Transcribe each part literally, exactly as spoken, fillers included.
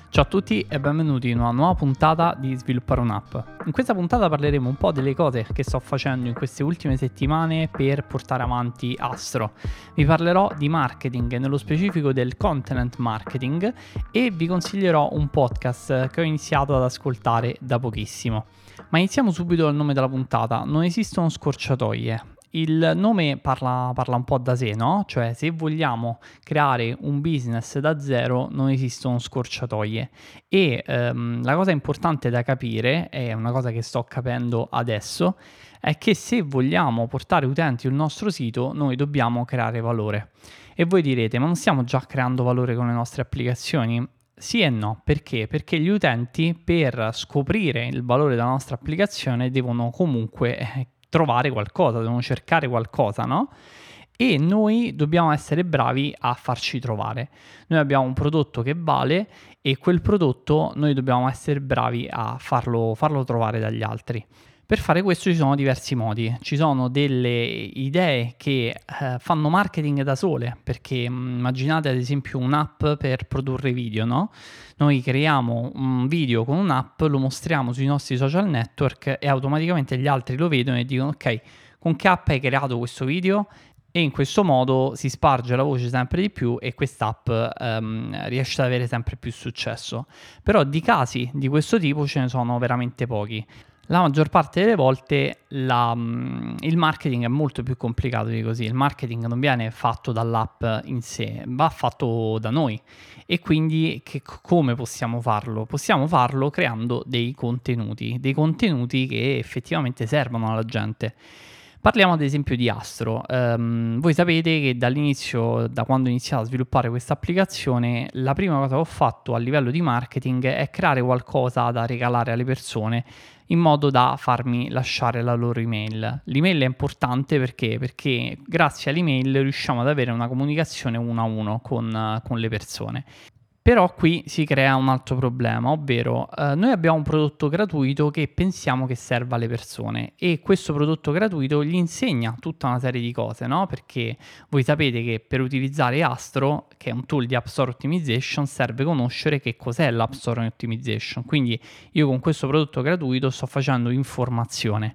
Ciao a tutti e benvenuti in una nuova puntata di Sviluppare un'app. In questa puntata parleremo un po' delle cose che sto facendo in queste ultime settimane per portare avanti Astro. Vi parlerò di marketing, nello specifico del content marketing, e vi consiglierò un podcast che ho iniziato ad ascoltare da pochissimo. Ma iniziamo subito dal nome della puntata. Non esistono scorciatoie. Il nome parla, parla un po' da sé, no? Cioè, se vogliamo creare un business da zero non esistono scorciatoie. E ehm, la cosa importante da capire, è una cosa che sto capendo adesso, è che se vogliamo portare utenti sul nostro sito noi dobbiamo creare valore. E voi direte, ma non stiamo già creando valore con le nostre applicazioni? Sì e no, perché? Perché gli utenti, per scoprire il valore della nostra applicazione, devono comunque eh, trovare qualcosa, devono cercare qualcosa, no? E noi dobbiamo essere bravi a farci trovare. Noi abbiamo un prodotto che vale e quel prodotto noi dobbiamo essere bravi a farlo, farlo trovare dagli altri. Per fare questo ci sono diversi modi, ci sono delle idee che eh, fanno marketing da sole, perché mh, immaginate ad esempio un'app per produrre video, no? Noi creiamo un video con un'app, lo mostriamo sui nostri social network e automaticamente gli altri lo vedono e dicono ok, con che app hai creato questo video? E in questo modo si sparge la voce sempre di più e quest'app ehm, riesce ad avere sempre più successo. Però di casi di questo tipo ce ne sono veramente pochi. La maggior parte delle volte la, mh, il marketing è molto più complicato di così. Il marketing non viene fatto dall'app in sé, va fatto da noi. E quindi che, come possiamo farlo? Possiamo farlo creando dei contenuti, dei contenuti che effettivamente servono alla gente. Parliamo ad esempio di Astro. Um, voi sapete che dall'inizio, da quando ho iniziato a sviluppare questa applicazione, la prima cosa che ho fatto a livello di marketing è creare qualcosa da regalare alle persone in modo da farmi lasciare la loro email. L'email è importante perché? Perché grazie all'email riusciamo ad avere una comunicazione uno a uno con, con le persone. Però qui si crea un altro problema, ovvero eh, noi abbiamo un prodotto gratuito che pensiamo che serva alle persone e questo prodotto gratuito gli insegna tutta una serie di cose, no? Perché voi sapete che per utilizzare Astro, che è un tool di App Store Optimization, serve conoscere che cos'è l'App Store Optimization. Quindi io con questo prodotto gratuito sto facendo informazione.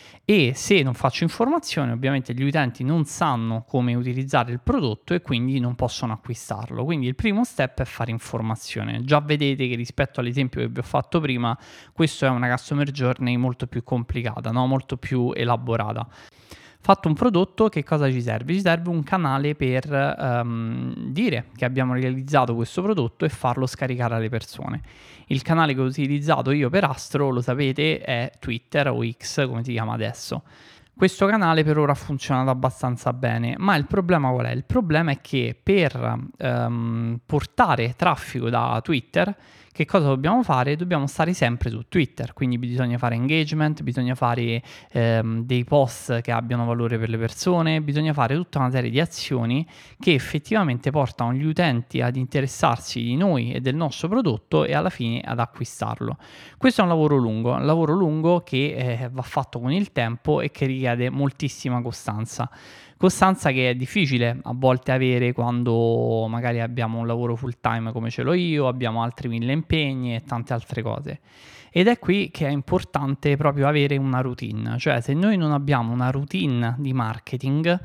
E se non faccio informazione, ovviamente gli utenti non sanno come utilizzare il prodotto e quindi non possono acquistarlo. Quindi il primo step è fare informazione. Già vedete che rispetto all'esempio che vi ho fatto prima, questo è una customer journey molto più complicata, no? Molto più elaborata. Fatto un prodotto, che cosa ci serve? Ci serve un canale per um, dire che abbiamo realizzato questo prodotto e farlo scaricare alle persone. Il canale che ho utilizzato io per Astro, lo sapete, è Twitter o X, come si chiama adesso. Questo canale per ora ha funzionato abbastanza bene, ma il problema qual è? Il problema è che per um, portare traffico da Twitter, che cosa dobbiamo fare? Dobbiamo stare sempre su Twitter, quindi bisogna fare engagement, bisogna fare ehm, dei post che abbiano valore per le persone, bisogna fare tutta una serie di azioni che effettivamente portano gli utenti ad interessarsi di noi e del nostro prodotto e alla fine ad acquistarlo. Questo è un lavoro lungo, un lavoro lungo che eh, va fatto con il tempo e che richiede moltissima costanza. Costanza che è difficile a volte avere quando magari abbiamo un lavoro full time come ce l'ho io, abbiamo altri mille impegni e tante altre cose. Ed è qui che è importante proprio avere una routine, cioè se noi non abbiamo una routine di marketing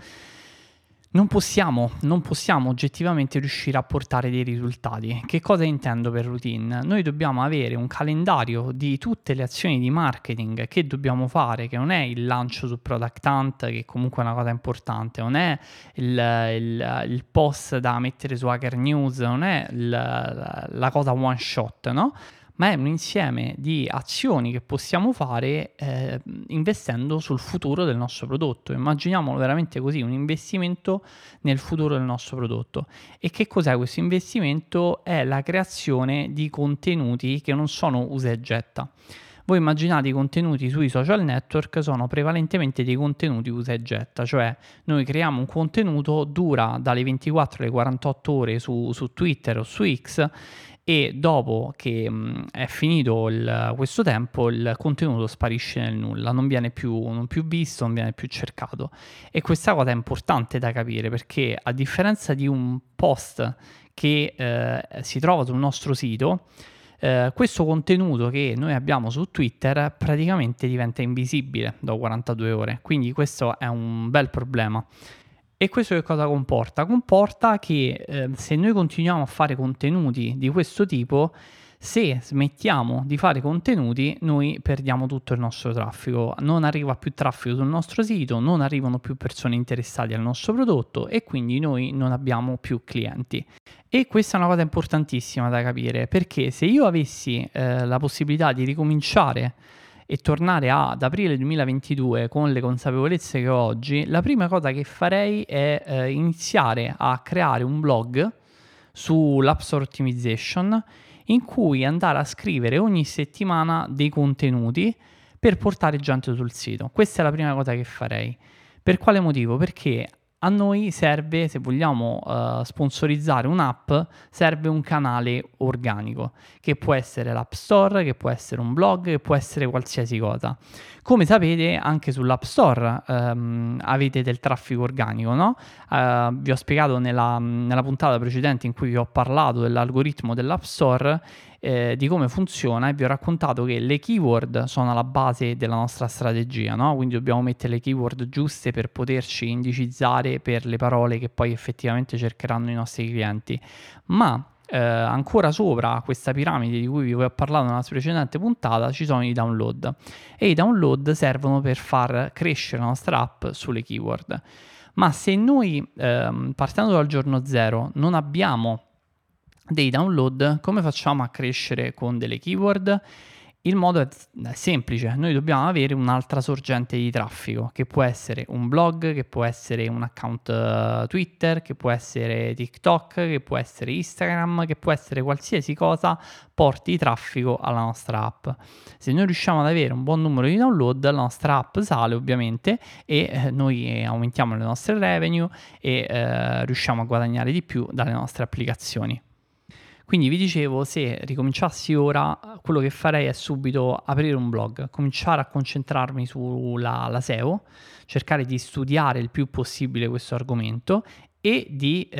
non possiamo, non possiamo oggettivamente riuscire a portare dei risultati. Che cosa intendo per routine? Noi dobbiamo avere un calendario di tutte le azioni di marketing che dobbiamo fare, che non è il lancio su Product Hunt, che comunque è una cosa importante, non è il, il, il post da mettere su Hacker News, non è il, la cosa one shot, no? Ma è un insieme di azioni che possiamo fare eh, investendo sul futuro del nostro prodotto. Immaginiamolo veramente così, un investimento nel futuro del nostro prodotto. E che cos'è questo investimento? È la creazione di contenuti che non sono usa e getta. Voi immaginate i contenuti sui social network sono prevalentemente dei contenuti usa e getta, cioè noi creiamo un contenuto, dura dalle ventiquattro alle quarantotto ore su, su Twitter o su X e dopo che mh, è finito il, questo tempo il contenuto sparisce nel nulla, non viene più, non più visto, non viene più cercato. E questa cosa è importante da capire perché a differenza di un post che eh, si trova sul nostro sito, eh, questo contenuto che noi abbiamo su Twitter praticamente diventa invisibile dopo quarantadue ore, quindi questo è un bel problema. E questo che cosa comporta? Comporta che eh, se noi continuiamo a fare contenuti di questo tipo, se smettiamo di fare contenuti, noi perdiamo tutto il nostro traffico, non arriva più traffico sul nostro sito, non arrivano più persone interessate al nostro prodotto e quindi noi non abbiamo più clienti. E questa è una cosa importantissima da capire, perché se io avessi eh, la possibilità di ricominciare e tornare ad aprile duemilaventidue con le consapevolezze che ho oggi, la prima cosa che farei è eh, iniziare a creare un blog sull'App Store Optimization in cui andare a scrivere ogni settimana dei contenuti per portare gente sul sito. Questa è la prima cosa che farei. Per quale motivo? Perché a noi serve, se vogliamo uh, sponsorizzare un'app, serve un canale organico, che può essere l'App Store, che può essere un blog, che può essere qualsiasi cosa. Come sapete, anche sull'App Store um, avete del traffico organico, no? Uh, vi ho spiegato nella, nella puntata precedente in cui vi ho parlato dell'algoritmo dell'App Store, Eh, di come funziona, e vi ho raccontato che le keyword sono alla base della nostra strategia, no? Quindi dobbiamo mettere le keyword giuste per poterci indicizzare per le parole che poi effettivamente cercheranno i nostri clienti. Ma eh, ancora sopra questa piramide di cui vi ho parlato nella precedente puntata ci sono i download, e i download servono per far crescere la nostra app sulle keyword. Ma se noi ehm, partendo dal giorno zero non abbiamo dei download, come facciamo a crescere con delle keyword? Il modo è semplice, noi dobbiamo avere un'altra sorgente di traffico, che può essere un blog, che può essere un account Twitter, che può essere TikTok, che può essere Instagram, che può essere qualsiasi cosa porti traffico alla nostra app. Se noi riusciamo ad avere un buon numero di download, la nostra app sale ovviamente e eh, noi aumentiamo le nostre revenue e eh, riusciamo a guadagnare di più dalle nostre applicazioni. Quindi vi dicevo, se ricominciassi ora, quello che farei è subito aprire un blog, cominciare a concentrarmi sulla la S E O, cercare di studiare il più possibile questo argomento e di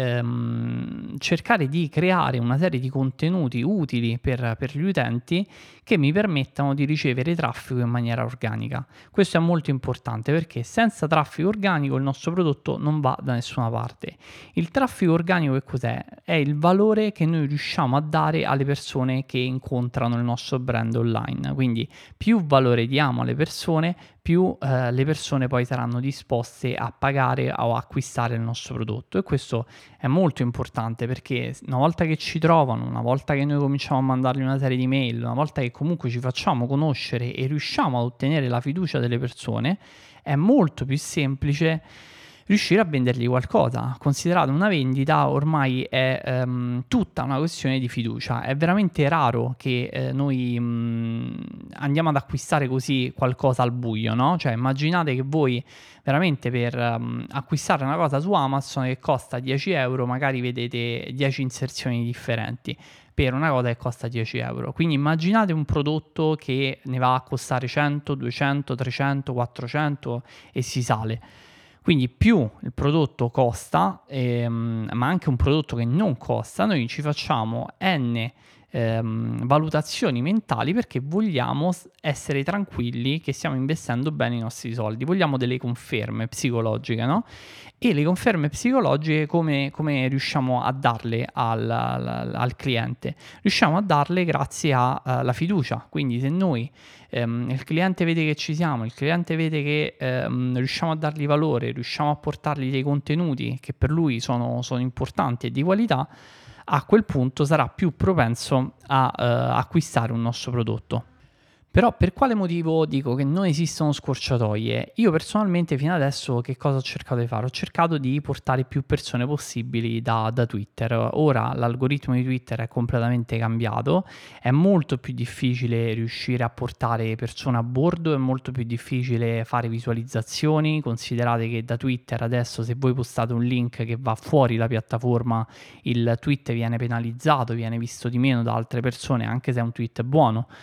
ehm, cercare di creare una serie di contenuti utili per, per gli utenti che mi permettano di ricevere traffico in maniera organica. Questo è molto importante perché senza traffico organico il nostro prodotto non va da nessuna parte. Il traffico organico che cos'è? È il valore che noi riusciamo a dare alle persone che incontrano il nostro brand online. Quindi più valore diamo alle persone, più eh, le persone poi saranno disposte a pagare o acquistare il nostro prodotto. E questo è molto importante perché una volta che ci trovano, una volta che noi cominciamo a mandargli una serie di mail, una volta che comunque ci facciamo conoscere e riusciamo ad ottenere la fiducia delle persone, è molto più semplice riuscire a vendergli qualcosa. Considerate, una vendita ormai è ehm, tutta una questione di fiducia. È veramente raro che eh, noi mh, andiamo ad acquistare così qualcosa al buio, no? Cioè immaginate che voi veramente per um, acquistare una cosa su Amazon che costa dieci euro, magari vedete dieci inserzioni differenti per una cosa che costa dieci euro. Quindi immaginate un prodotto che ne va a costare cento, duecento, trecento, quattrocento e si sale. Quindi più il prodotto costa, ehm, ma anche un prodotto che non costa, noi ci facciamo n ehm, valutazioni mentali perché vogliamo essere tranquilli che stiamo investendo bene i nostri soldi, vogliamo delle conferme psicologiche, no? E le conferme psicologiche come, come riusciamo a darle al, al, al cliente? Riusciamo a darle grazie alla fiducia. Quindi se noi ehm, il cliente vede che ci siamo, il cliente vede che ehm, riusciamo a dargli valore, riusciamo a portargli dei contenuti che per lui sono, sono importanti e di qualità, a quel punto sarà più propenso a eh, acquistare un nostro prodotto. Però per quale motivo dico che non esistono scorciatoie? Io personalmente fino adesso che cosa ho cercato di fare? Ho cercato di portare più persone possibili da, da Twitter. Ora l'algoritmo di Twitter è completamente cambiato, è molto più difficile riuscire a portare persone a bordo, è molto più difficile fare visualizzazioni. Considerate che da Twitter adesso se voi postate un link che va fuori la piattaforma, il tweet viene penalizzato, viene visto di meno da altre persone anche se è un tweet buono.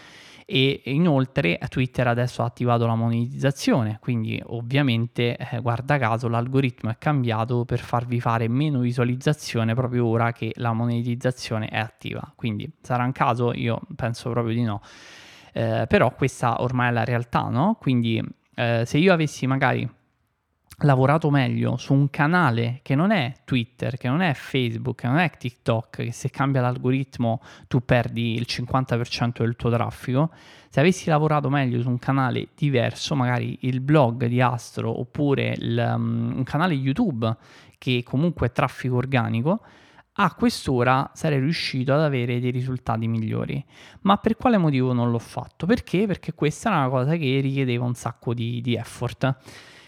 E inoltre Twitter adesso ha attivato la monetizzazione, quindi ovviamente eh, guarda caso l'algoritmo è cambiato per farvi fare meno visualizzazione proprio ora che la monetizzazione è attiva. Quindi sarà un caso? Io penso proprio di no. Eh, però questa ormai è la realtà, no? Quindi eh, se io avessi magari lavorato meglio su un canale che non è Twitter, che non è Facebook, che non è TikTok, che se cambia l'algoritmo tu perdi il cinquanta per cento del tuo traffico, se avessi lavorato meglio su un canale diverso, magari il blog di Astro oppure il, um, un canale YouTube che comunque è traffico organico, a quest'ora sarei riuscito ad avere dei risultati migliori. Ma per quale motivo non l'ho fatto? Perché? Perché questa era una cosa che richiedeva un sacco di, di effort.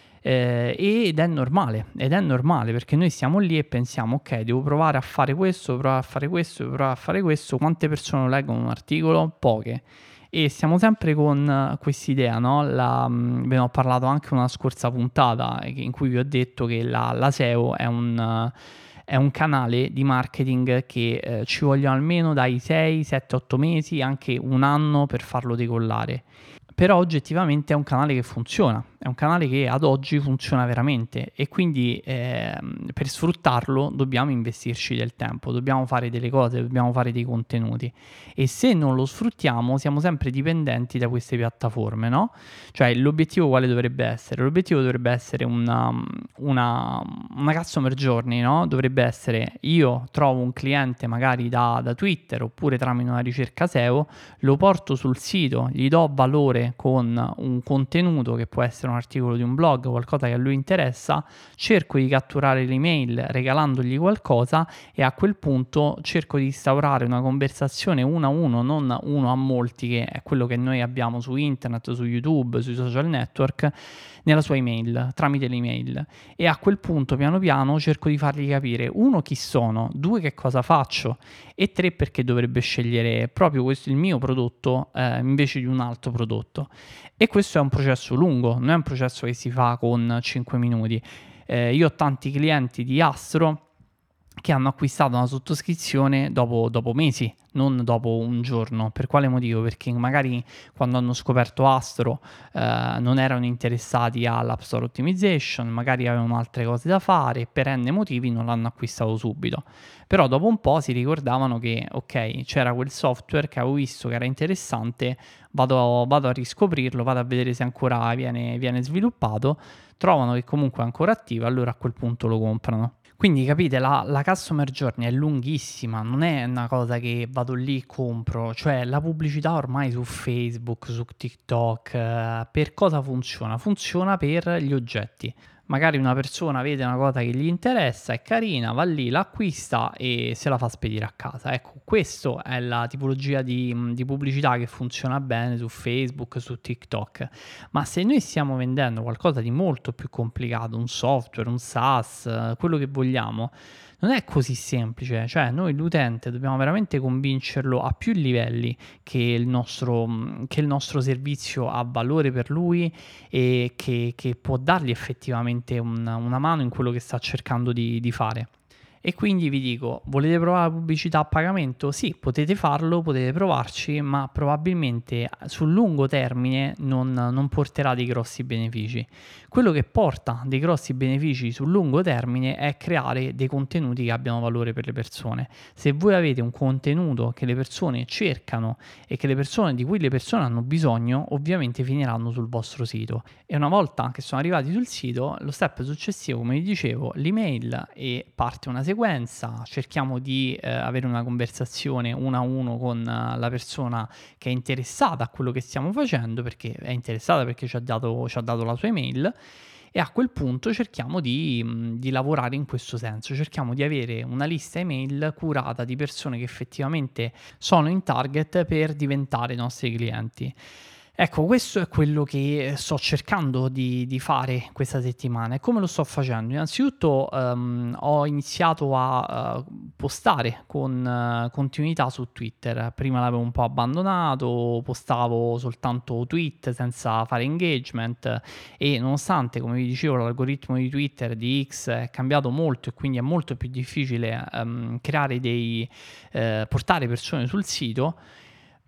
Eh, ed è normale, ed è normale perché noi siamo lì e pensiamo ok, devo provare a fare questo, provare a fare questo, provare a fare questo. Quante persone leggono un articolo? Poche. E siamo sempre con quest'idea, no? La, ve ne ho parlato anche una scorsa puntata in cui vi ho detto che la, la S E O è un, è un canale di marketing che eh, ci vogliono almeno dai sei, sette, otto mesi, anche un anno per farlo decollare. Però oggettivamente è un canale che funziona, è un canale che ad oggi funziona veramente e quindi eh, per sfruttarlo dobbiamo investirci del tempo, dobbiamo fare delle cose, dobbiamo fare dei contenuti e se non lo sfruttiamo siamo sempre dipendenti da queste piattaforme, no? Cioè l'obiettivo quale dovrebbe essere? L'obiettivo dovrebbe essere una, una, una customer journey, no? Dovrebbe essere io trovo un cliente magari da, da Twitter oppure tramite una ricerca S E O, lo porto sul sito, gli do valore con un contenuto che può essere un articolo di un blog, qualcosa che a lui interessa, cerco di catturare l'email regalandogli qualcosa e a quel punto cerco di instaurare una conversazione uno a uno, non uno a molti, che è quello che noi abbiamo su internet, su YouTube, sui social network, nella sua email, tramite l'email. E a quel punto piano piano cerco di fargli capire uno chi sono, due che cosa faccio e tre perché dovrebbe scegliere proprio questo il mio prodotto eh, invece di un altro prodotto. E questo è un processo lungo, non è un processo che si fa con cinque minuti. Eh, io ho tanti clienti di Astro che hanno acquistato una sottoscrizione dopo, dopo mesi, non dopo un giorno. Per quale motivo? Perché magari quando hanno scoperto Astro eh, non erano interessati all'App Store Optimization, magari avevano altre cose da fare, per n motivi non l'hanno acquistato subito. Però dopo un po' si ricordavano che ok, c'era quel software che avevo visto che era interessante, vado, vado a riscoprirlo, vado a vedere se ancora viene, viene sviluppato, trovano che comunque è ancora attivo, allora a quel punto lo comprano. Quindi capite, la, la customer journey è lunghissima, non è una cosa che vado lì e compro, cioè la pubblicità ormai su Facebook, su TikTok, eh, per cosa funziona? Funziona per gli oggetti. Magari una persona vede una cosa che gli interessa, è carina, va lì, l'acquista e se la fa spedire a casa. Ecco, questa è la tipologia di, di pubblicità che funziona bene su Facebook, su TikTok. Ma se noi stiamo vendendo qualcosa di molto più complicato, un software, un SaaS, quello che vogliamo, non è così semplice, cioè noi l'utente dobbiamo veramente convincerlo a più livelli che il nostro, che il nostro servizio ha valore per lui e che, che può dargli effettivamente un, una mano in quello che sta cercando di, di fare. E quindi vi dico, volete provare la pubblicità a pagamento? Sì, potete farlo, potete provarci, ma probabilmente sul lungo termine non, non porterà dei grossi benefici. Quello che porta dei grossi benefici sul lungo termine è creare dei contenuti che abbiano valore per le persone. Se voi avete un contenuto che le persone cercano e che le persone, di cui le persone hanno bisogno, ovviamente finiranno sul vostro sito. E una volta che sono arrivati sul sito, lo step successivo, come vi dicevo, l'email e parte una sequenza, cerchiamo di eh, avere una conversazione uno a uno con uh, la persona che è interessata a quello che stiamo facendo, perché è interessata perché ci ha dato, ci ha dato la sua email, e a quel punto cerchiamo di, mh, di lavorare in questo senso, cerchiamo di avere una lista email curata di persone che effettivamente sono in target per diventare i nostri clienti. Ecco, questo è quello che sto cercando di, di fare questa settimana. E come lo sto facendo? Innanzitutto um, ho iniziato a uh, postare con uh, continuità su Twitter. Prima l'avevo un po' abbandonato, postavo soltanto tweet senza fare engagement e nonostante, come vi dicevo, l'algoritmo di Twitter, di X è cambiato molto e quindi è molto più difficile um, creare dei, uh, portare persone sul sito,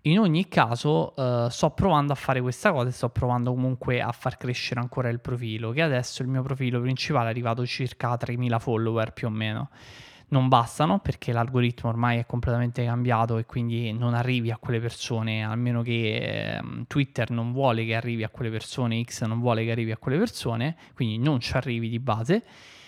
In ogni caso uh, sto provando a fare questa cosa e sto provando comunque a far crescere ancora il profilo, che adesso il mio profilo principale è arrivato circa a tremila follower più o meno. Non bastano perché l'algoritmo ormai è completamente cambiato e quindi non arrivi a quelle persone, almeno che eh, Twitter non vuole che arrivi a quelle persone, X non vuole che arrivi a quelle persone, quindi non ci arrivi di base.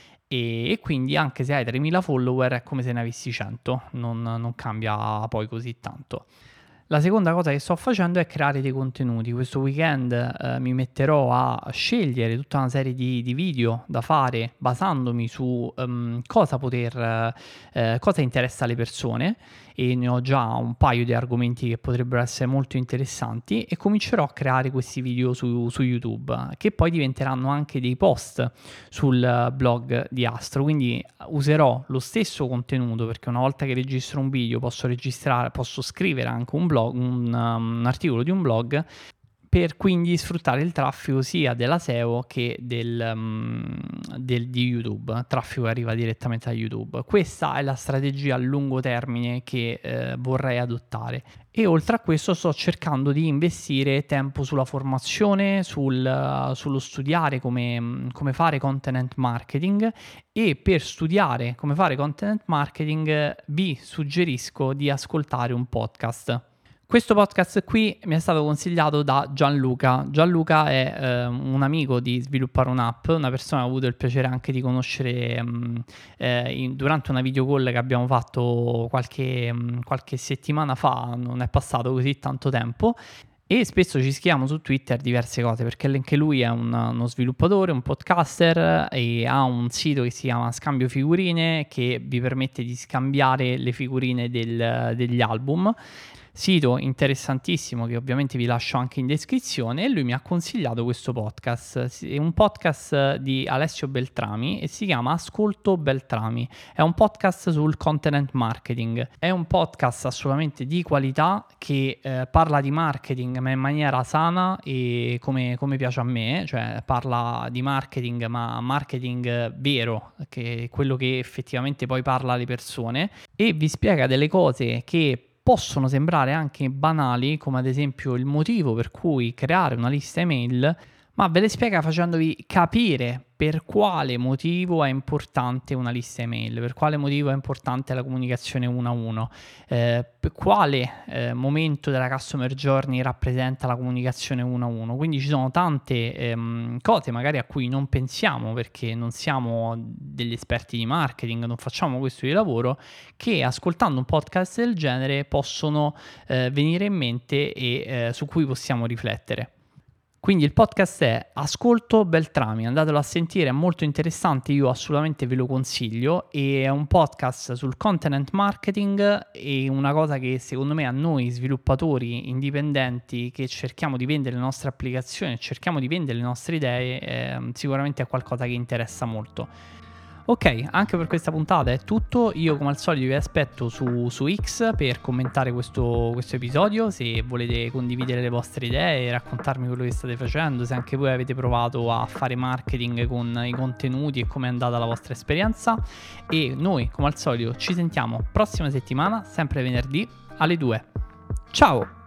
E, e quindi anche se hai tremila follower è come se ne avessi cento, non, non cambia poi così tanto. La seconda cosa che sto facendo è creare dei contenuti. Questo weekend eh, mi metterò a scegliere tutta una serie di, di video da fare basandomi su um, cosa poter, eh, cosa interessa alle persone, e ne ho già un paio di argomenti che potrebbero essere molto interessanti, e comincerò a creare questi video su, su YouTube, che poi diventeranno anche dei post sul blog di Astro. Quindi userò lo stesso contenuto, perché una volta che registro un video posso registrare, posso scrivere anche un blog, un, um, un articolo di un blog, per quindi sfruttare il traffico sia della S E O che del, um, del, di YouTube, traffico che arriva direttamente da YouTube. Questa è la strategia a lungo termine che eh, vorrei adottare. E oltre a questo sto cercando di investire tempo sulla formazione, sul, uh, sullo studiare come, come fare content marketing, e per studiare come fare content marketing vi suggerisco di ascoltare un podcast. Questo podcast qui mi è stato consigliato da Gianluca. Gianluca è eh, un amico di Sviluppare un'app, una persona che ho avuto il piacere anche di conoscere mh, eh, in, durante una video call che abbiamo fatto qualche, mh, qualche settimana fa, non è passato così tanto tempo. E spesso ci scriviamo su Twitter diverse cose, perché anche lui è un, uno sviluppatore, un podcaster, e ha un sito che si chiama Scambio Figurine, che vi permette di scambiare le figurine del, degli album. Sito interessantissimo che ovviamente vi lascio anche in descrizione, e lui mi ha consigliato questo podcast. È un podcast di Alessio Beltrami e si chiama Ascolto Beltrami. È un podcast sul content marketing. È un podcast assolutamente di qualità che eh, parla di marketing ma in maniera sana e come, come piace a me, cioè parla di marketing ma marketing vero, che è quello che effettivamente poi parla alle persone, e vi spiega delle cose che possono sembrare anche banali, come ad esempio il motivo per cui creare una lista email, ma ve le spiega facendovi capire per quale motivo è importante una lista email, per quale motivo è importante la comunicazione uno a uno, eh, per quale eh, momento della customer journey rappresenta la comunicazione uno a uno. Quindi ci sono tante ehm, cose magari a cui non pensiamo perché non siamo degli esperti di marketing, non facciamo questo di lavoro, che ascoltando un podcast del genere possono eh, venire in mente e eh, su cui possiamo riflettere. Quindi il podcast è Ascolto Beltrami, andatelo a sentire, è molto interessante, io assolutamente ve lo consiglio, e è un podcast sul content marketing, e una cosa che secondo me a noi sviluppatori indipendenti che cerchiamo di vendere le nostre applicazioni, cerchiamo di vendere le nostre idee, eh, sicuramente è qualcosa che interessa molto. Ok, anche per questa puntata è tutto. Io come al solito vi aspetto su, su X per commentare questo, questo episodio, se volete condividere le vostre idee, raccontarmi quello che state facendo, se anche voi avete provato a fare marketing con i contenuti e come è andata la vostra esperienza. E noi come al solito ci sentiamo prossima settimana, sempre venerdì alle due. Ciao!